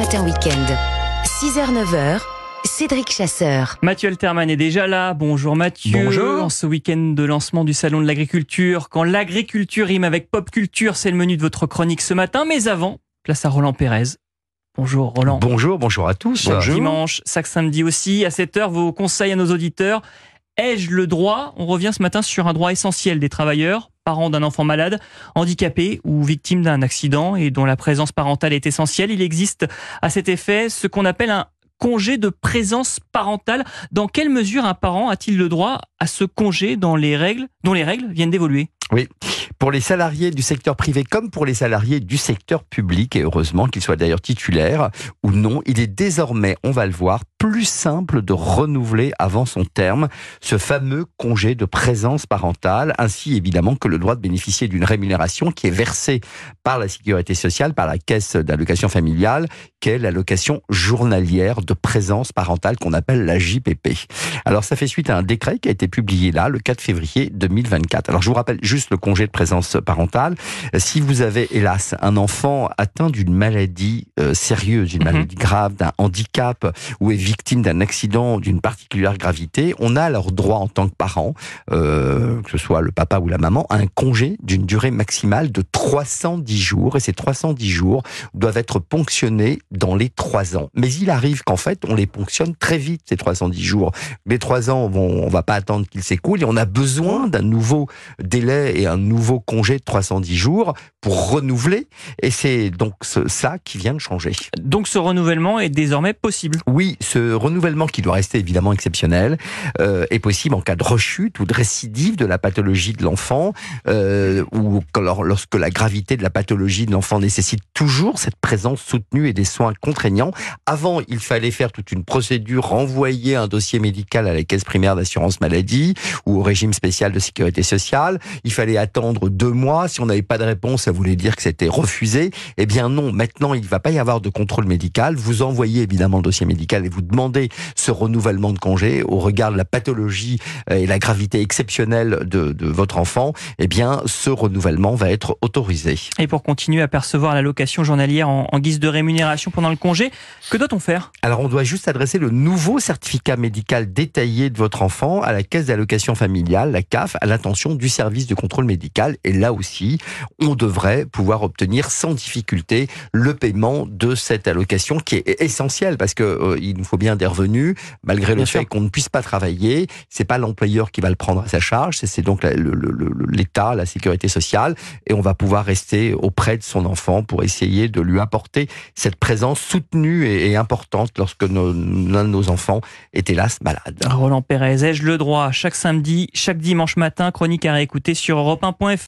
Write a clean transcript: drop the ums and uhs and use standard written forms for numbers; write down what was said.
Matin Week-end. 6h-9h, Cédric Chasseur. Mathieu Alterman est déjà là. Bonjour Mathieu. Bonjour. En ce week-end de lancement du Salon de l'Agriculture, quand l'agriculture rime avec pop culture, c'est le menu de votre chronique ce matin. Mais avant, place à Roland Pérez. Bonjour Roland. Bonjour à tous. Chaque dimanche, chaque samedi aussi, à 7h, vos conseils à nos auditeurs. Ai-je le droit ? On revient ce matin sur un droit essentiel des travailleurs, parents d'un enfant malade, handicapé ou victime d'un accident et dont la présence parentale est essentielle. Il existe à cet effet ce qu'on appelle un congé de présence parentale. Dans quelle mesure un parent a-t-il le droit à ce congé dont les règles viennent d'évoluer ? Oui, pour les salariés du secteur privé comme pour les salariés du secteur public, et heureusement qu'ils soient d'ailleurs titulaires ou non, il est désormais, on va le voir, plus simple de renouveler avant son terme ce fameux congé de présence parentale, ainsi évidemment que le droit de bénéficier d'une rémunération qui est versée par la sécurité sociale, par la caisse d'allocation familiale, qu'est l'allocation journalière de présence parentale qu'on appelle la JPP. Alors ça fait suite à un décret qui a été publié là, le 4 février 2024. Alors je vous rappelle juste le congé de présence parentale. Si vous avez hélas un enfant atteint d'une maladie sérieuse, d'une maladie grave, d'un handicap ou est victime d'un accident d'une particulière gravité, on a alors droit en tant que parent, que ce soit le papa ou la maman, à un congé d'une durée maximale de 310 jours. Et ces 310 jours doivent être ponctionnés dans les 3 ans. Mais il arrive qu'en fait, on les ponctionne très vite, ces 310 jours. Les 3 ans, on va pas attendre qu'ils s'écoulent et on a besoin d'un nouveau délai et un nouveau congé de 310 jours pour renouveler. Et c'est donc ça qui vient de changer. Donc ce renouvellement est désormais possible ? Oui, ce renouvellement qui doit rester évidemment exceptionnel est possible en cas de rechute ou de récidive de la pathologie de l'enfant ou lorsque la gravité de la pathologie de l'enfant nécessite toujours cette présence soutenue et des soins contraignants. Avant, il fallait faire toute une procédure, renvoyer un dossier médical à la caisse primaire d'assurance maladie ou au régime spécial de sécurité sociale. Il fallait attendre 2 mois. Si on n'avait pas de réponse, ça voulait dire que c'était refusé. Eh bien non, maintenant, il ne va pas y avoir de contrôle médical. Vous envoyez évidemment le dossier médical et vous demandez ce renouvellement de congé au regard de la pathologie et la gravité exceptionnelle de votre enfant. Eh bien, ce renouvellement va être autorisé. Et pour continuer à percevoir l'allocation journalière en guise de rémunération pendant le congé, que doit-on faire ? Alors, on doit juste adresser le nouveau certificat médical détaillé de votre enfant à la caisse d'allocation familiale, la CAF, à l'attention du service de contrôle médical. Et là aussi, on devrait pouvoir obtenir sans difficulté le paiement de cette allocation qui est essentielle parce que il nous faut bien des revenus, malgré le fait qu'on ne puisse pas travailler. C'est pas l'employeur qui va le prendre à sa charge, c'est donc l'État, la sécurité sociale, et on va pouvoir rester auprès de son enfant pour essayer de lui apporter cette présence soutenue et importante lorsque l'un de nos enfants est hélas malade. Roland Pérez, ai-je le droit ? Chaque samedi, chaque dimanche matin, chronique à réécouter sur europe1.fr.